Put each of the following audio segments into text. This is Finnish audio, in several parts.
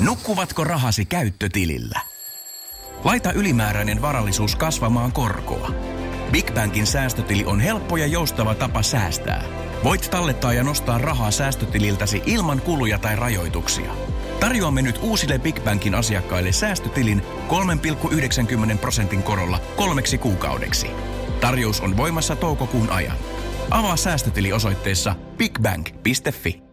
Nukkuvatko rahasi käyttötilillä? Laita ylimääräinen varallisuus kasvamaan korkoa. Big Bankin säästötili on helppo ja joustava tapa säästää. Voit tallettaa ja nostaa rahaa säästötililtäsi ilman kuluja tai rajoituksia. Tarjoamme nyt uusille Big Bankin asiakkaille säästötilin 3,90% korolla 3 kuukaudeksi. Tarjous on voimassa toukokuun ajan. Avaa säästötili osoitteessa bigbank.fi.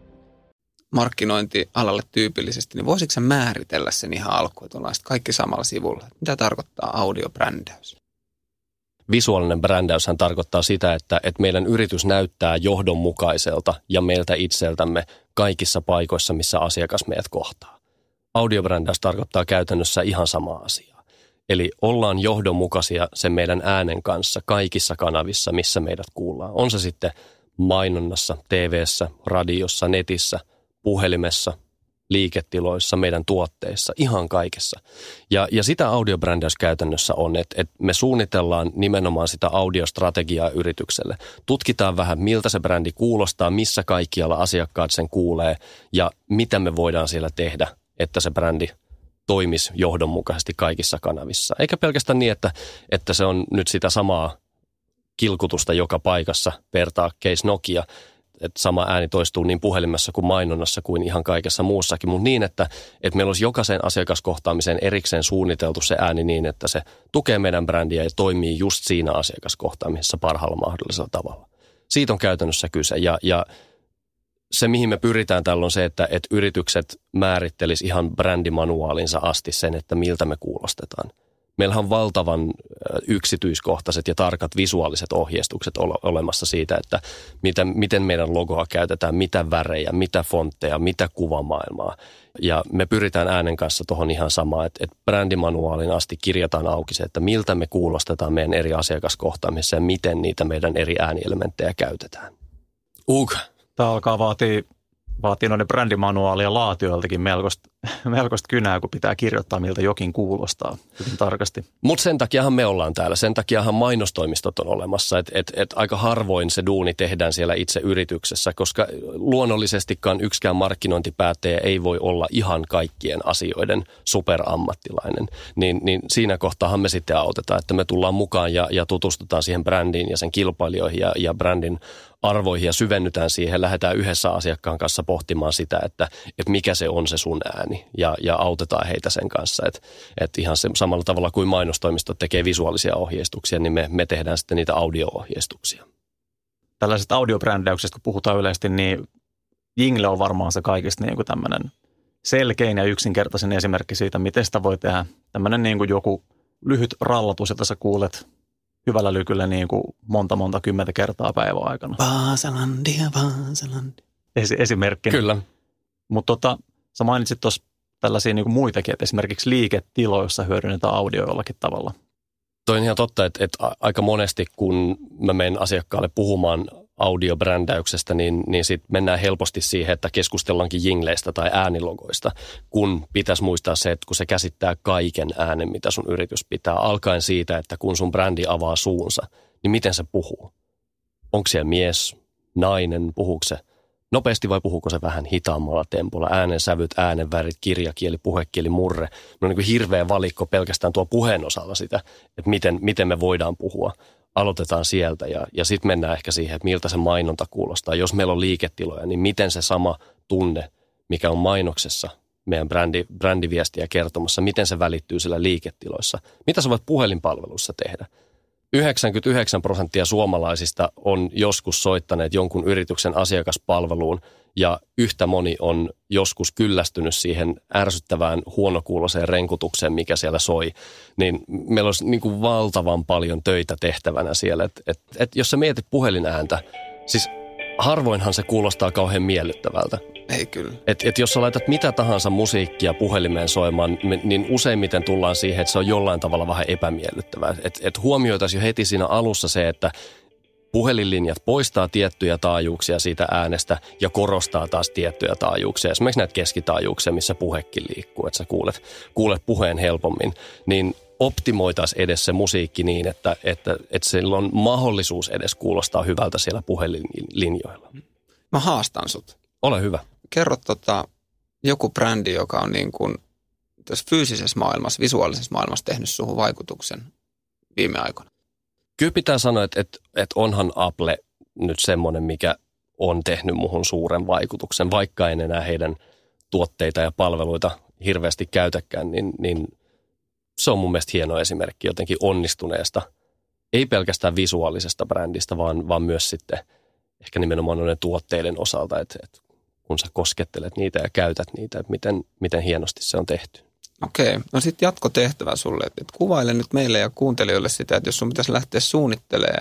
Markkinointialalle tyypillisesti, niin voisitko sä määritellä sen ihan alkuun, että ollaan kaikki samalla sivulla? Mitä tarkoittaa audiobrändäys? Visuaalinen brändäyshän tarkoittaa sitä, että meidän yritys näyttää johdonmukaiselta ja meiltä itseltämme kaikissa paikoissa, missä asiakas meidät kohtaa. Audiobrändäys tarkoittaa käytännössä ihan samaa asiaa. Eli ollaan johdonmukaisia sen meidän äänen kanssa kaikissa kanavissa, missä meidät kuullaan. On se sitten mainonnassa, TV:ssä, radiossa, netissä, puhelimessa, liiketiloissa, meidän tuotteissa, ihan kaikessa. Ja sitä audiobrändäys käytännössä on, että me suunnitellaan nimenomaan sitä audiostrategiaa yritykselle. Tutkitaan vähän, miltä se brändi kuulostaa, missä kaikkialla asiakkaat sen kuulee ja mitä me voidaan siellä tehdä, että se brändi toimisi johdonmukaisesti kaikissa kanavissa. Eikä pelkästään niin, että se on nyt sitä samaa kilkutusta joka paikassa, vertaa case Nokia, että sama ääni toistuu niin puhelimessa kuin mainonnassa kuin ihan kaikessa muussakin, mutta niin, että meillä olisi jokaisen asiakaskohtaamiseen erikseen suunniteltu se ääni niin, että se tukee meidän brändiä ja toimii just siinä asiakaskohtaamisessa parhaalla mahdollisella tavalla. Siitä on käytännössä kyse ja se, mihin me pyritään tällä on se, että yritykset määrittelis ihan brändimanuaalinsa asti sen, että miltä me kuulostetaan. Meillähän on valtavan yksityiskohtaiset ja tarkat visuaaliset ohjeistukset olemassa siitä, että miten meidän logoa käytetään, mitä värejä, mitä fontteja, mitä kuvamaailmaa. Ja me pyritään äänen kanssa tuohon ihan samaan, että brändimanuaalin asti kirjataan auki se, että miltä me kuulostetaan meidän eri asiakaskohtaamisessa ja miten niitä meidän eri äänielementtejä käytetään. Tämä alkaa vaatii noiden brändimanuaalien laatijoiltakin melkoista kynää, kun pitää kirjoittaa, miltä jokin kuulostaa hyvin tarkasti. Mutta sen takiahan me ollaan täällä. Sen takiahan mainostoimistot on olemassa. Et aika harvoin se duuni tehdään siellä itse yrityksessä, koska luonnollisestikaan yksikään markkinointipäättäjä ei voi olla ihan kaikkien asioiden superammattilainen. Niin siinä kohtaahan me sitten autetaan, että me tullaan mukaan ja tutustutaan siihen brändiin ja sen kilpailijoihin ja brändin arvoihin ja syvennytään siihen. Lähdetään yhdessä asiakkaan kanssa pohtimaan sitä, että mikä se on se sun ääni ja autetaan heitä sen kanssa. Että ihan se, samalla tavalla kuin mainostoimistot tekee visuaalisia ohjeistuksia, niin me tehdään sitten niitä audio-ohjeistuksia. Tällaisesta audiobrändäyksestä, kun puhutaan yleisesti, niin jingle on varmaan se kaikista niin kuin tämmöinen selkein ja yksinkertaisin esimerkki siitä, miten sitä voi tehdä. Tämmöinen niin kuin joku lyhyt rallatus, jota sä kuulet hyvällä lykyllä niin kuin monta 10 kertaa päivän aikana. Vaasalandia. Esimerkkinä. Kyllä. Mutta sä mainitsit tuossa tällaisia niin kuin muitakin, että esimerkiksi liiketiloissa hyödynnetään audio jollakin tavalla. Toi on ihan totta, että aika monesti kun mä menen asiakkaalle puhumaan audiobrändäyksestä, niin sit mennään helposti siihen, että keskustellaankin jingleistä tai äänilogoista, kun pitäisi muistaa se, että kun se käsittää kaiken äänen, mitä sun yritys pitää, alkaen siitä, että kun sun brändi avaa suunsa, niin miten se puhuu? Onko siellä mies, nainen, puhuuko se nopeasti vai puhuuko se vähän hitaammalla tempolla? Äänensävyt, äänenvärit, kirjakieli, puhekieli, murre. No niin kuin hirveä valikko pelkästään tuo puheen osalla sitä, että miten me voidaan puhua. Aloitetaan sieltä ja sitten mennään ehkä siihen, että miltä se mainonta kuulostaa. Jos meillä on liiketiloja, niin miten se sama tunne, mikä on mainoksessa, meidän brändiviestiä kertomassa, miten se välittyy siellä liiketiloissa. Mitä sä voit puhelinpalvelussa tehdä? 99% suomalaisista on joskus soittaneet jonkun yrityksen asiakaspalveluun ja yhtä moni on joskus kyllästynyt siihen ärsyttävään huonokuuloseen renkutukseen, mikä siellä soi. Niin meillä olisi niin kuin valtavan paljon töitä tehtävänä siellä. Et jos sä mietit puhelinääntä, siis harvoinhan se kuulostaa kauhean miellyttävältä. Ei kyllä. Et jos sä laitat mitä tahansa musiikkia puhelimeen soimaan, niin useimmiten tullaan siihen, että se on jollain tavalla vähän epämiellyttävää. Et huomioitaisiin jo heti siinä alussa se, että puhelinlinjat poistaa tiettyjä taajuuksia siitä äänestä ja korostaa taas tiettyjä taajuuksia. Esimerkiksi näitä keskitaajuuksia, missä puhekin liikkuu, että sä kuulet puheen helpommin. Niin optimoitaisiin edes se musiikki niin, että sillä on mahdollisuus edes kuulostaa hyvältä siellä puhelinlinjoilla. Mä haastan sut. Ole hyvä. Kerro joku brändi, joka on niin kuin tässä fyysisessä maailmassa, visuaalisessa maailmassa tehnyt suhun vaikutuksen viime aikoina? Kyllä pitää sanoa, että onhan Apple nyt semmoinen, mikä on tehnyt muhun suuren vaikutuksen, vaikka en enää heidän tuotteita ja palveluita hirveästi käytäkään, niin se on mun mielestä hieno esimerkki jotenkin onnistuneesta, ei pelkästään visuaalisesta brändistä, vaan myös sitten ehkä nimenomaan noiden tuotteiden osalta, että kun sä koskettelet niitä ja käytät niitä, että miten hienosti se on tehty. Okei, no sitten jatkotehtävä sulle, että kuvaile nyt meille ja kuuntelijoille sitä, että jos sun pitäisi lähteä suunnittelemaan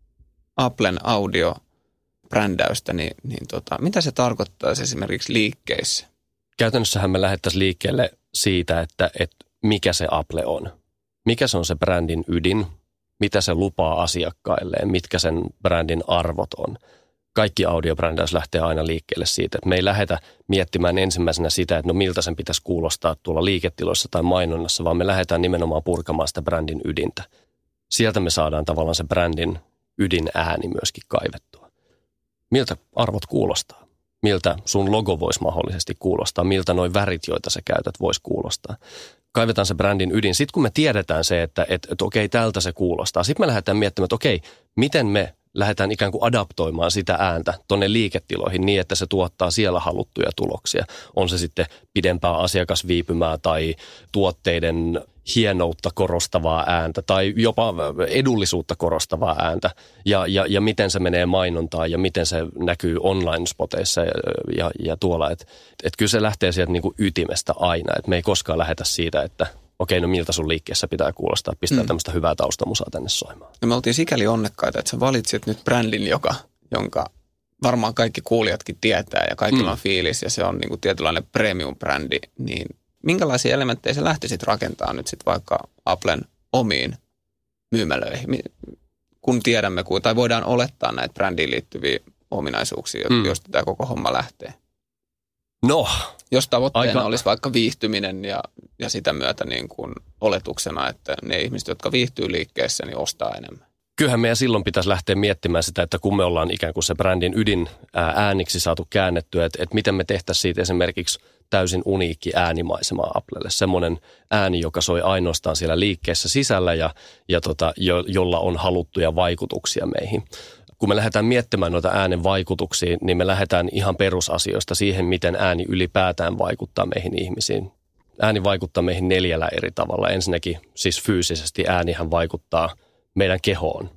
Applen audiobrändäystä, niin mitä se tarkoittaisi esimerkiksi liikkeissä? Käytännössähän me lähdettäisiin liikkeelle siitä, että mikä se Apple on. Mikä se on se brändin ydin, mitä se lupaa asiakkailleen, mitkä sen brändin arvot on. Kaikki audiobrändäys lähtee aina liikkeelle siitä, että me ei lähdetä miettimään ensimmäisenä sitä, että no miltä sen pitäisi kuulostaa tuolla liiketiloissa tai mainonnassa, vaan me lähdetään nimenomaan purkamaan sitä brändin ydintä. Sieltä me saadaan tavallaan se brändin ydinääni myöskin kaivettua. Miltä arvot kuulostaa? Miltä sun logo voisi mahdollisesti kuulostaa? Miltä noi värit, joita sä käytät, voisi kuulostaa? Kaivetaan se brändin ydin. Sitten kun me tiedetään se, että okei, tältä se kuulostaa. Sitten me lähdetään miettimään, että okei, miten me lähdetään ikään kuin adaptoimaan sitä ääntä tonne liiketiloihin niin, että se tuottaa siellä haluttuja tuloksia. On se sitten pidempää asiakasviipymää tai tuotteiden hienoutta korostavaa ääntä tai jopa edullisuutta korostavaa ääntä ja miten se menee mainontaan ja miten se näkyy online-spoteissa ja tuolla. Et kyllä se lähtee sieltä niin kuin ytimestä aina, että me ei koskaan lähetä siitä, että okei, no miltä sun liikkeessä pitää kuulostaa, pistää tämmöistä hyvää taustamusaa tänne soimaan. No me oltiin sikäli onnekkaita, että sä valitsit nyt brändin, jonka varmaan kaikki kuulijatkin tietää ja kaikilla on fiilis ja se on niin kuin tietynlainen premium-brändi, niin minkälaisia elementtejä sä lähtisit rakentamaan nyt sitten vaikka Applen omiin myymälöihin, kun tiedämme, tai voidaan olettaa näitä brändiin liittyviä ominaisuuksia, joista tämä koko homma lähtee? No, jos tavoitteena olisi vaikka viihtyminen ja sitä myötä niin kuin oletuksena, että ne ihmiset, jotka viihtyy liikkeessä, niin ostaa enemmän. Kyllähän meidän silloin pitäisi lähteä miettimään sitä, että kun me ollaan ikään kuin se brändin ydin ääniksi saatu käännettyä, että miten me tehtäisiin siitä esimerkiksi täysin uniikki äänimaisema Applelle. Semmoinen ääni, joka soi ainoastaan siellä liikkeessä sisällä ja jolla on haluttuja vaikutuksia meihin. Kun me lähdetään miettimään noita äänen vaikutuksia, niin me lähdetään ihan perusasioista siihen, miten ääni ylipäätään vaikuttaa meihin ihmisiin. Ääni vaikuttaa meihin 4 eri tavalla. Ensinnäkin siis fyysisesti äänihän vaikuttaa meidän kehoon.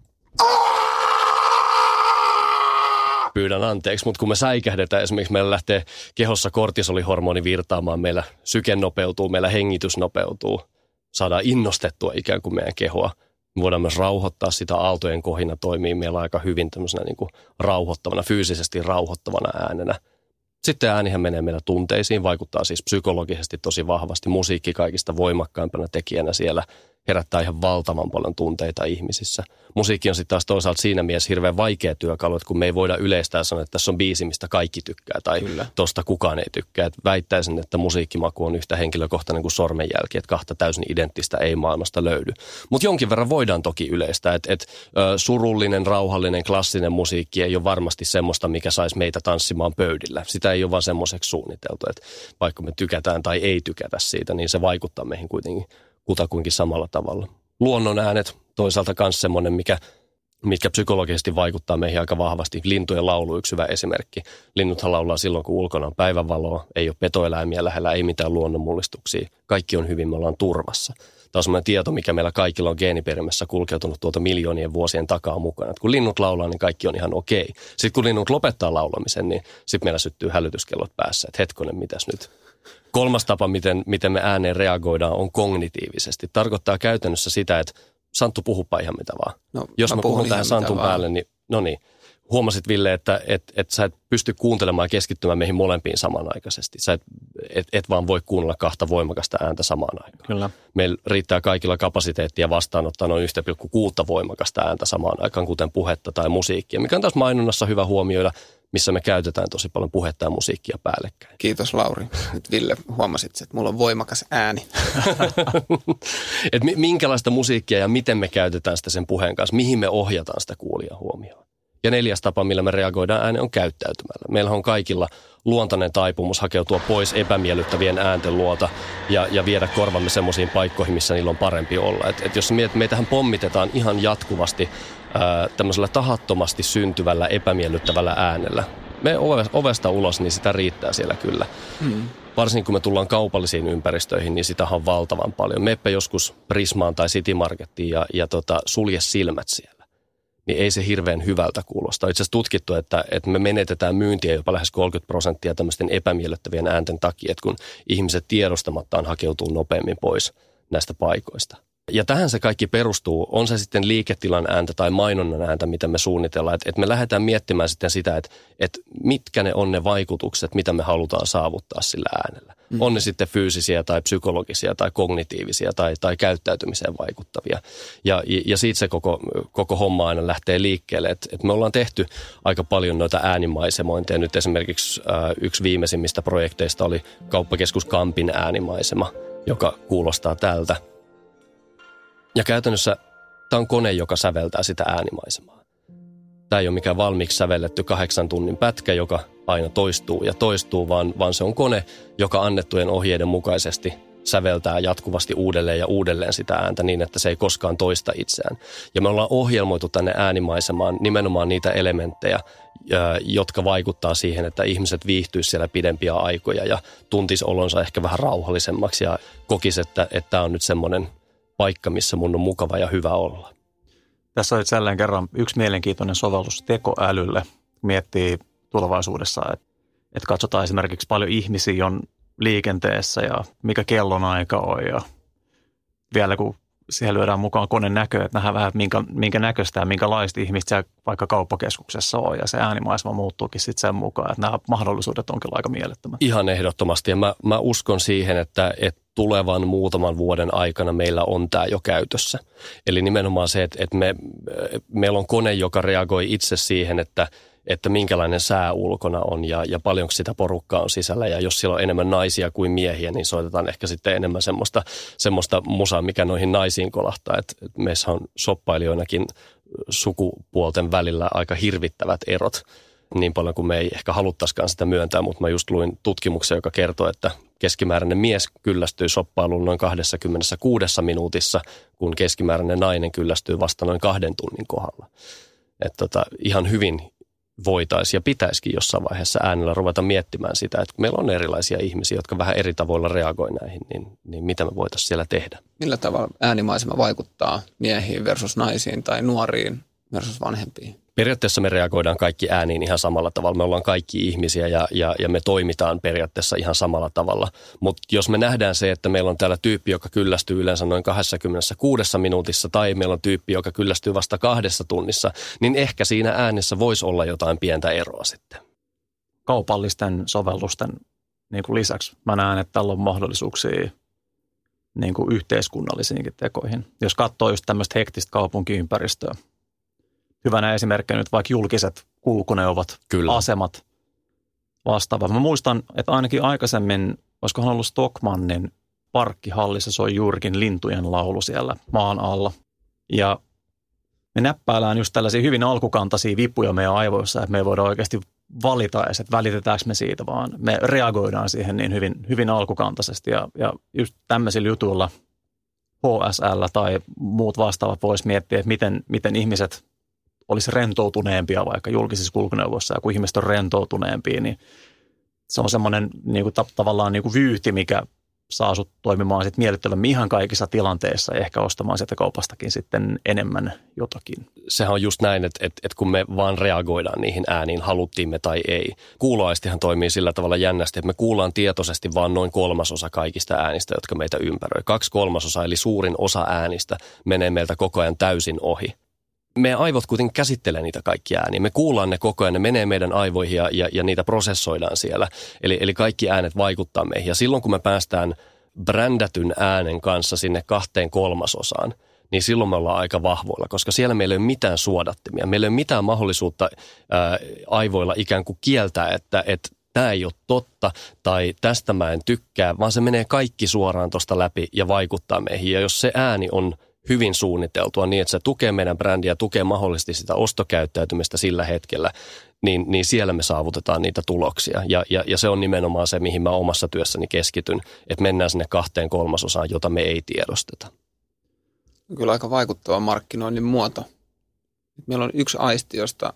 Pyydän anteeksi, mutta kun me säikähdetään, esimerkiksi meillä lähtee kehossa kortisolihormoni virtaamaan, meillä syke nopeutuu, meillä hengitys nopeutuu, saadaan innostettua ikään kuin meidän kehoa. Me voidaan myös rauhoittaa sitä, aaltojen kohina toimii meillä aika hyvin tämmöisenä niin kuin rauhoittavana, fyysisesti rauhoittavana äänenä. Sitten äänihän menee meidän tunteisiin, vaikuttaa siis psykologisesti tosi vahvasti. Musiikki kaikista voimakkaimpana tekijänä siellä herättää ihan valtavan paljon tunteita ihmisissä. Musiikki on sitten taas toisaalta siinä mielessä hirveän vaikea työkalu, että kun me ei voida yleistää sanoa, että tässä on biisi, mistä kaikki tykkää tai tosta kukaan ei tykkää. Et väittäisin, että musiikkimaku on yhtä henkilökohtainen kuin sormenjälki, että 2 täysin identtistä ei maailmasta löydy. Mutta jonkin verran voidaan toki yleistää, että surullinen, rauhallinen, klassinen musiikki ei ole varmasti semmoista, mikä saisi meitä tanssimaan pöydillä. Sitä ei ole vaan semmoiseksi suunniteltu, että vaikka me tykätään tai ei tykätä siitä, niin se vaikuttaa meihin kuitenkin kutakuinkin samalla tavalla. Luonnon äänet toisaalta myös semmoinen, mitkä psykologisesti vaikuttaa meihin aika vahvasti. Lintujen laulu yksi hyvä esimerkki. Linnuthan laulaa silloin, kun ulkona on päivänvaloa, ei ole petoeläimiä lähellä, ei mitään luonnonmullistuksia. Kaikki on hyvin, me ollaan turvassa. Tämä on semmoinen tieto, mikä meillä kaikilla on geeniperimässä kulkeutunut tuolta miljoonien vuosien takaa mukana. Että kun linnut laulaa, niin kaikki on ihan okei. Sitten kun linnut lopettaa laulamisen, niin sitten meillä syttyy hälytyskellot päässä. Että hetkonen, mitäs nyt? 3. tapa, miten me ääneen reagoidaan, on kognitiivisesti. Tarkoittaa käytännössä sitä, että Santtu, puhupa ihan mitä vaan. No, jos mä puhun tähän Santun päälle, niin no niin. Huomasit, Ville, että sä et pysty kuuntelemaan ja keskittymään meihin molempiin samanaikaisesti. Sä et vaan voi kuunnella 2 voimakasta ääntä samaan aikaan. Kyllä. Meillä riittää kaikilla kapasiteettia vastaanottaa noin 1,6 voimakasta ääntä samaan aikaan, kuten puhetta tai musiikkia, mikä on taas mainonnassa hyvä huomioida, missä me käytetään tosi paljon puhetta ja musiikkia päällekkäin. Kiitos, Lauri. Nyt Ville, huomasit, että mulla on voimakas ääni. Minkälaista musiikkia ja miten me käytetään sitä sen puheen kanssa, mihin me ohjataan sitä kuulijan huomioon. Ja 4. tapa, millä me reagoidaan ääneen, on käyttäytymällä. Meillä on kaikilla luontainen taipumus hakeutua pois epämiellyttävien äänten luota ja viedä korvamme semmoisiin paikkoihin, missä niillä on parempi olla. Et jos mietit, meitähän pommitetaan ihan jatkuvasti tämmöisellä tahattomasti syntyvällä epämiellyttävällä äänellä. Me ovesta ulos, niin sitä riittää siellä kyllä. Varsinkin kun me tullaan kaupallisiin ympäristöihin, niin sitä on valtavan paljon. Meppä joskus Prismaan tai City Marketiin ja sulje silmät siellä. Niin ei se hirveän hyvältä kuulosta. Itse asiassa tutkittu, että me menetetään myyntiä jopa lähes 30% tämmöisten epämiellyttävien äänten takia, että kun ihmiset tiedostamattaan hakeutuu nopeammin pois näistä paikoista. Ja tähän se kaikki perustuu, on se sitten liiketilan ääntä tai mainonnan ääntä, mitä me suunnitellaan. Että me lähdetään miettimään sitten sitä, että mitkä ne on ne vaikutukset, mitä me halutaan saavuttaa sillä äänellä. On ne sitten fyysisiä tai psykologisia tai kognitiivisia tai käyttäytymiseen vaikuttavia. Ja siitä se koko homma aina lähtee liikkeelle. Että me ollaan tehty aika paljon noita äänimaisemointeja. Nyt esimerkiksi yksi viimeisimmistä projekteista oli Kauppakeskus Kampin äänimaisema, joka kuulostaa tältä. Ja käytännössä tämä on kone, joka säveltää sitä äänimaisemaa. Tämä ei ole mikään valmiiksi sävelletty 8 tunnin pätkä, joka aina toistuu ja toistuu, vaan se on kone, joka annettujen ohjeiden mukaisesti säveltää jatkuvasti uudelleen ja uudelleen sitä ääntä niin, että se ei koskaan toista itseään. Ja me ollaan ohjelmoitu tänne äänimaisemaan nimenomaan niitä elementtejä, jotka vaikuttaa siihen, että ihmiset viihtyisivät siellä pidempiä aikoja ja tuntisi olonsa ehkä vähän rauhallisemmaksi ja kokisi, että tämä on nyt semmoinen paikka, missä mun on mukava ja hyvä olla. Tässä on jälleen kerran yksi mielenkiintoinen sovellus tekoälylle. Miettii tulevaisuudessa, että katsotaan esimerkiksi paljon ihmisiä on liikenteessä ja mikä kellonaika on. Ja vielä kun siihen lyödään mukaan koneen näkö, että nähdään vähän, minkä näköistä ja minkälaista ihmistä siellä vaikka kauppakeskuksessa on. Ja se äänimaisema muuttuukin sitten sen mukaan, että nämä mahdollisuudet on kyllä aika mielettömät. Ihan ehdottomasti. Ja mä uskon siihen, että tulevan muutaman vuoden aikana meillä on tämä jo käytössä. Eli nimenomaan se, että meillä on kone, joka reagoi itse siihen, että minkälainen sää ulkona on ja paljonko sitä porukkaa on sisällä. Ja jos siellä on enemmän naisia kuin miehiä, niin soitetaan ehkä sitten enemmän semmoista musaa, mikä noihin naisiin kolahtaa. Et meissä on shoppailijoinakin sukupuolten välillä aika hirvittävät erot. Niin paljon kuin me ei ehkä haluttaisikaan sitä myöntää, mutta mä just luin tutkimuksen, joka kertoo, että keskimääräinen mies kyllästyy shoppailuun noin 26 minuutissa, kun keskimääräinen nainen kyllästyy vasta noin 2 tunnin kohdalla. Että ihan hyvin voitaisiin ja pitäisikin jossain vaiheessa äänellä ruveta miettimään sitä, että meillä on erilaisia ihmisiä, jotka vähän eri tavoilla reagoi näihin, niin mitä me voitaisiin siellä tehdä. Millä tavalla äänimaisema vaikuttaa miehiin versus naisiin tai nuoriin versus vanhempiin? Periaatteessa me reagoidaan kaikki ääniin ihan samalla tavalla. Me ollaan kaikki ihmisiä ja me toimitaan periaatteessa ihan samalla tavalla. Mutta jos me nähdään se, että meillä on täällä tyyppi, joka kyllästyy yleensä noin 26 minuutissa tai meillä on tyyppi, joka kyllästyy vasta 2 tunnissa, niin ehkä siinä äänessä voisi olla jotain pientä eroa sitten. Kaupallisten sovellusten niin kuin lisäksi mä näen, että tällä on mahdollisuuksia niin kuin yhteiskunnallisiinkin tekoihin. Jos katsoo just tämmöistä hektistä kaupunkiympäristöä. Hyvänä esimerkkinä nyt vaikka julkiset kulkuneuvot, kyllä, asemat, vastaava. Mä muistan, että ainakin aikaisemmin, olisikohan ollut Stockmannin parkkihallissa, soi juurikin lintujen laulu siellä maan alla. Ja me näppäillään just tällaisia hyvin alkukantaisia vipuja meidän aivoissa, että me ei voida oikeasti valita edes, että välitetäänkö me siitä, vaan me reagoidaan siihen niin hyvin, hyvin alkukantaisesti. Ja just tämmöisillä jutuilla HSL tai muut vastaavat voisi miettiä, että miten ihmiset olisi rentoutuneempia vaikka julkisissa kulkuneuvoissa, ja kun ihmiset on rentoutuneempia, niin se on semmoinen niin kuin, tavallaan niin kuin vyyhti, mikä saa sut toimimaan sit miellyttävämmin ihan kaikissa tilanteissa ja ehkä ostamaan sieltä kaupastakin sitten enemmän jotakin. Sehän on just näin, että kun me vaan reagoidaan niihin ääniin, haluttiin me tai ei. Kuuloaistihan toimii sillä tavalla jännästi, että me kuullaan tietoisesti vaan noin 1/3 kaikista äänistä, jotka meitä ympäröi. 2/3 eli suurin osa äänistä menee meiltä koko ajan täysin ohi. Meidän aivot kuitenkin käsittelee niitä kaikkia ääniä. Me kuullaan ne koko ajan, ne menee meidän aivoihin ja niitä prosessoidaan siellä. Eli kaikki äänet vaikuttaa meihin. Ja silloin kun me päästään brändätyn äänen kanssa sinne 2/3, niin silloin me ollaan aika vahvoilla, koska siellä meillä ei ole mitään suodattimia. Meillä ei ole mitään mahdollisuutta aivoilla ikään kuin kieltää, että tämä ei ole totta tai tästä mä en tykkää, vaan se menee kaikki suoraan tuosta läpi ja vaikuttaa meihin. Ja jos se ääni on hyvin suunniteltua niin, että se tukee meidän brändiä, tukee mahdollisesti sitä ostokäyttäytymistä sillä hetkellä, niin siellä me saavutetaan niitä tuloksia. Ja se on nimenomaan se, mihin mä omassa työssäni keskityn, että mennään sinne 2/3, jota me ei tiedosteta. Kyllä aika vaikuttava markkinoinnin muoto. Meillä on yksi aisti, josta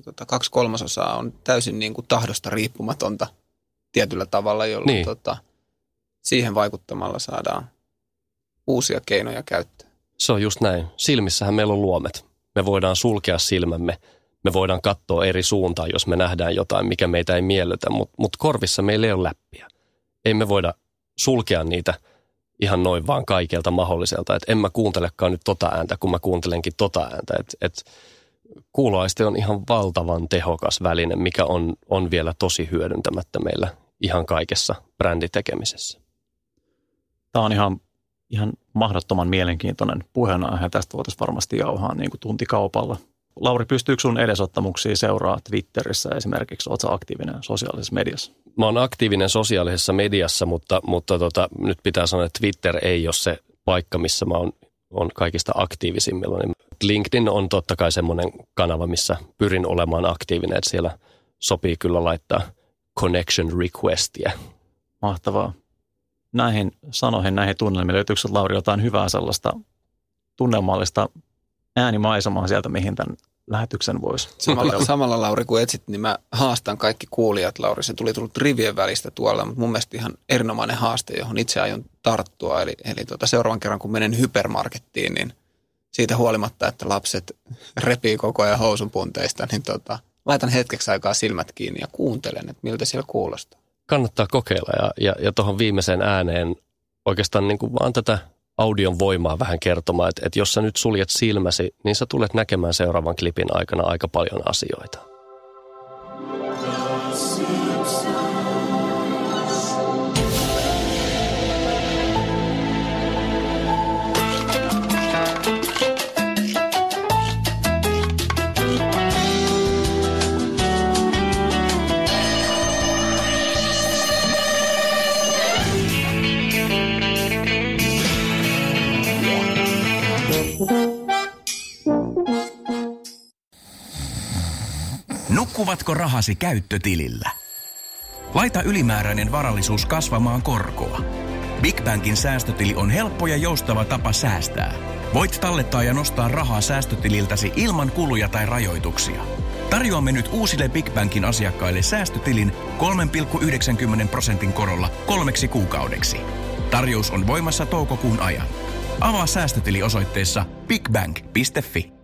2/3 on täysin niin kuin tahdosta riippumatonta tietyllä tavalla, jolloin niin. Siihen vaikuttamalla saadaan uusia keinoja käyttää. Se on just näin. Silmissähän meillä on luomet. Me voidaan sulkea silmämme. Me voidaan katsoa eri suuntaan, jos me nähdään jotain, mikä meitä ei miellytä, mutta korvissa meillä ei ole läppiä. Ei me voida sulkea niitä ihan noin vaan kaikelta mahdolliselta. Että en mä kuuntelekaan nyt tota ääntä, kun mä kuuntelenkin tota ääntä. Et kuuloaisti on ihan valtavan tehokas väline, mikä on vielä tosi hyödyntämättä meillä ihan kaikessa bränditekemisessä. Tämä on ihan mahdottoman mielenkiintoinen puheenaihe. Tästä voitaisiin varmasti jauhaa niin kuin tuntikaupalla. Lauri, pystyykö sun edesottamuksia seuraa Twitterissä esimerkiksi? Oletko aktiivinen sosiaalisessa mediassa? Mä oon aktiivinen sosiaalisessa mediassa, mutta nyt pitää sanoa, että Twitter ei ole se paikka, missä mä oon kaikista aktiivisimmilla. LinkedIn on totta kai semmoinen kanava, missä pyrin olemaan aktiivinen, että siellä sopii kyllä laittaa connection requestia. Mahtavaa. Näihin sanoihin, näihin tunnelmiin, löytyykö Lauri jotain hyvää sellaista tunnelmallista äänimaisemaa sieltä, mihin tämän lähetyksen voisi? Samalla Lauri, kun etsit, niin mä haastan kaikki kuulijat, Lauri. Se tuli tullut rivien välistä tuolla, mutta mun mielestä ihan erinomainen haaste, johon itse aion tarttua. Eli seuraavan kerran, kun menen hypermarkettiin, niin siitä huolimatta, että lapset repii koko ajan housunpunteista, niin laitan hetkeksi aikaa silmät kiinni ja kuuntelen, että miltä siellä kuulostaa. Kannattaa kokeilla ja tuohon viimeiseen ääneen oikeastaan niin kuin vaan tätä audion voimaa vähän kertomaan, että jos sä nyt suljet silmäsi, niin sä tulet näkemään seuraavan klipin aikana aika paljon asioita. Nukkuvatko rahasi käyttötilillä? Laita ylimääräinen varallisuus kasvamaan korkoa. Big Bankin säästötili on helppo ja joustava tapa säästää. Voit tallettaa ja nostaa rahaa säästötililtäsi ilman kuluja tai rajoituksia. Tarjoamme nyt uusille Big Bankin asiakkaille säästötilin 3,90% korolla 3 kuukaudeksi. Tarjous on voimassa toukokuun ajan. Avaa säästötili osoitteessa bigbank.fi.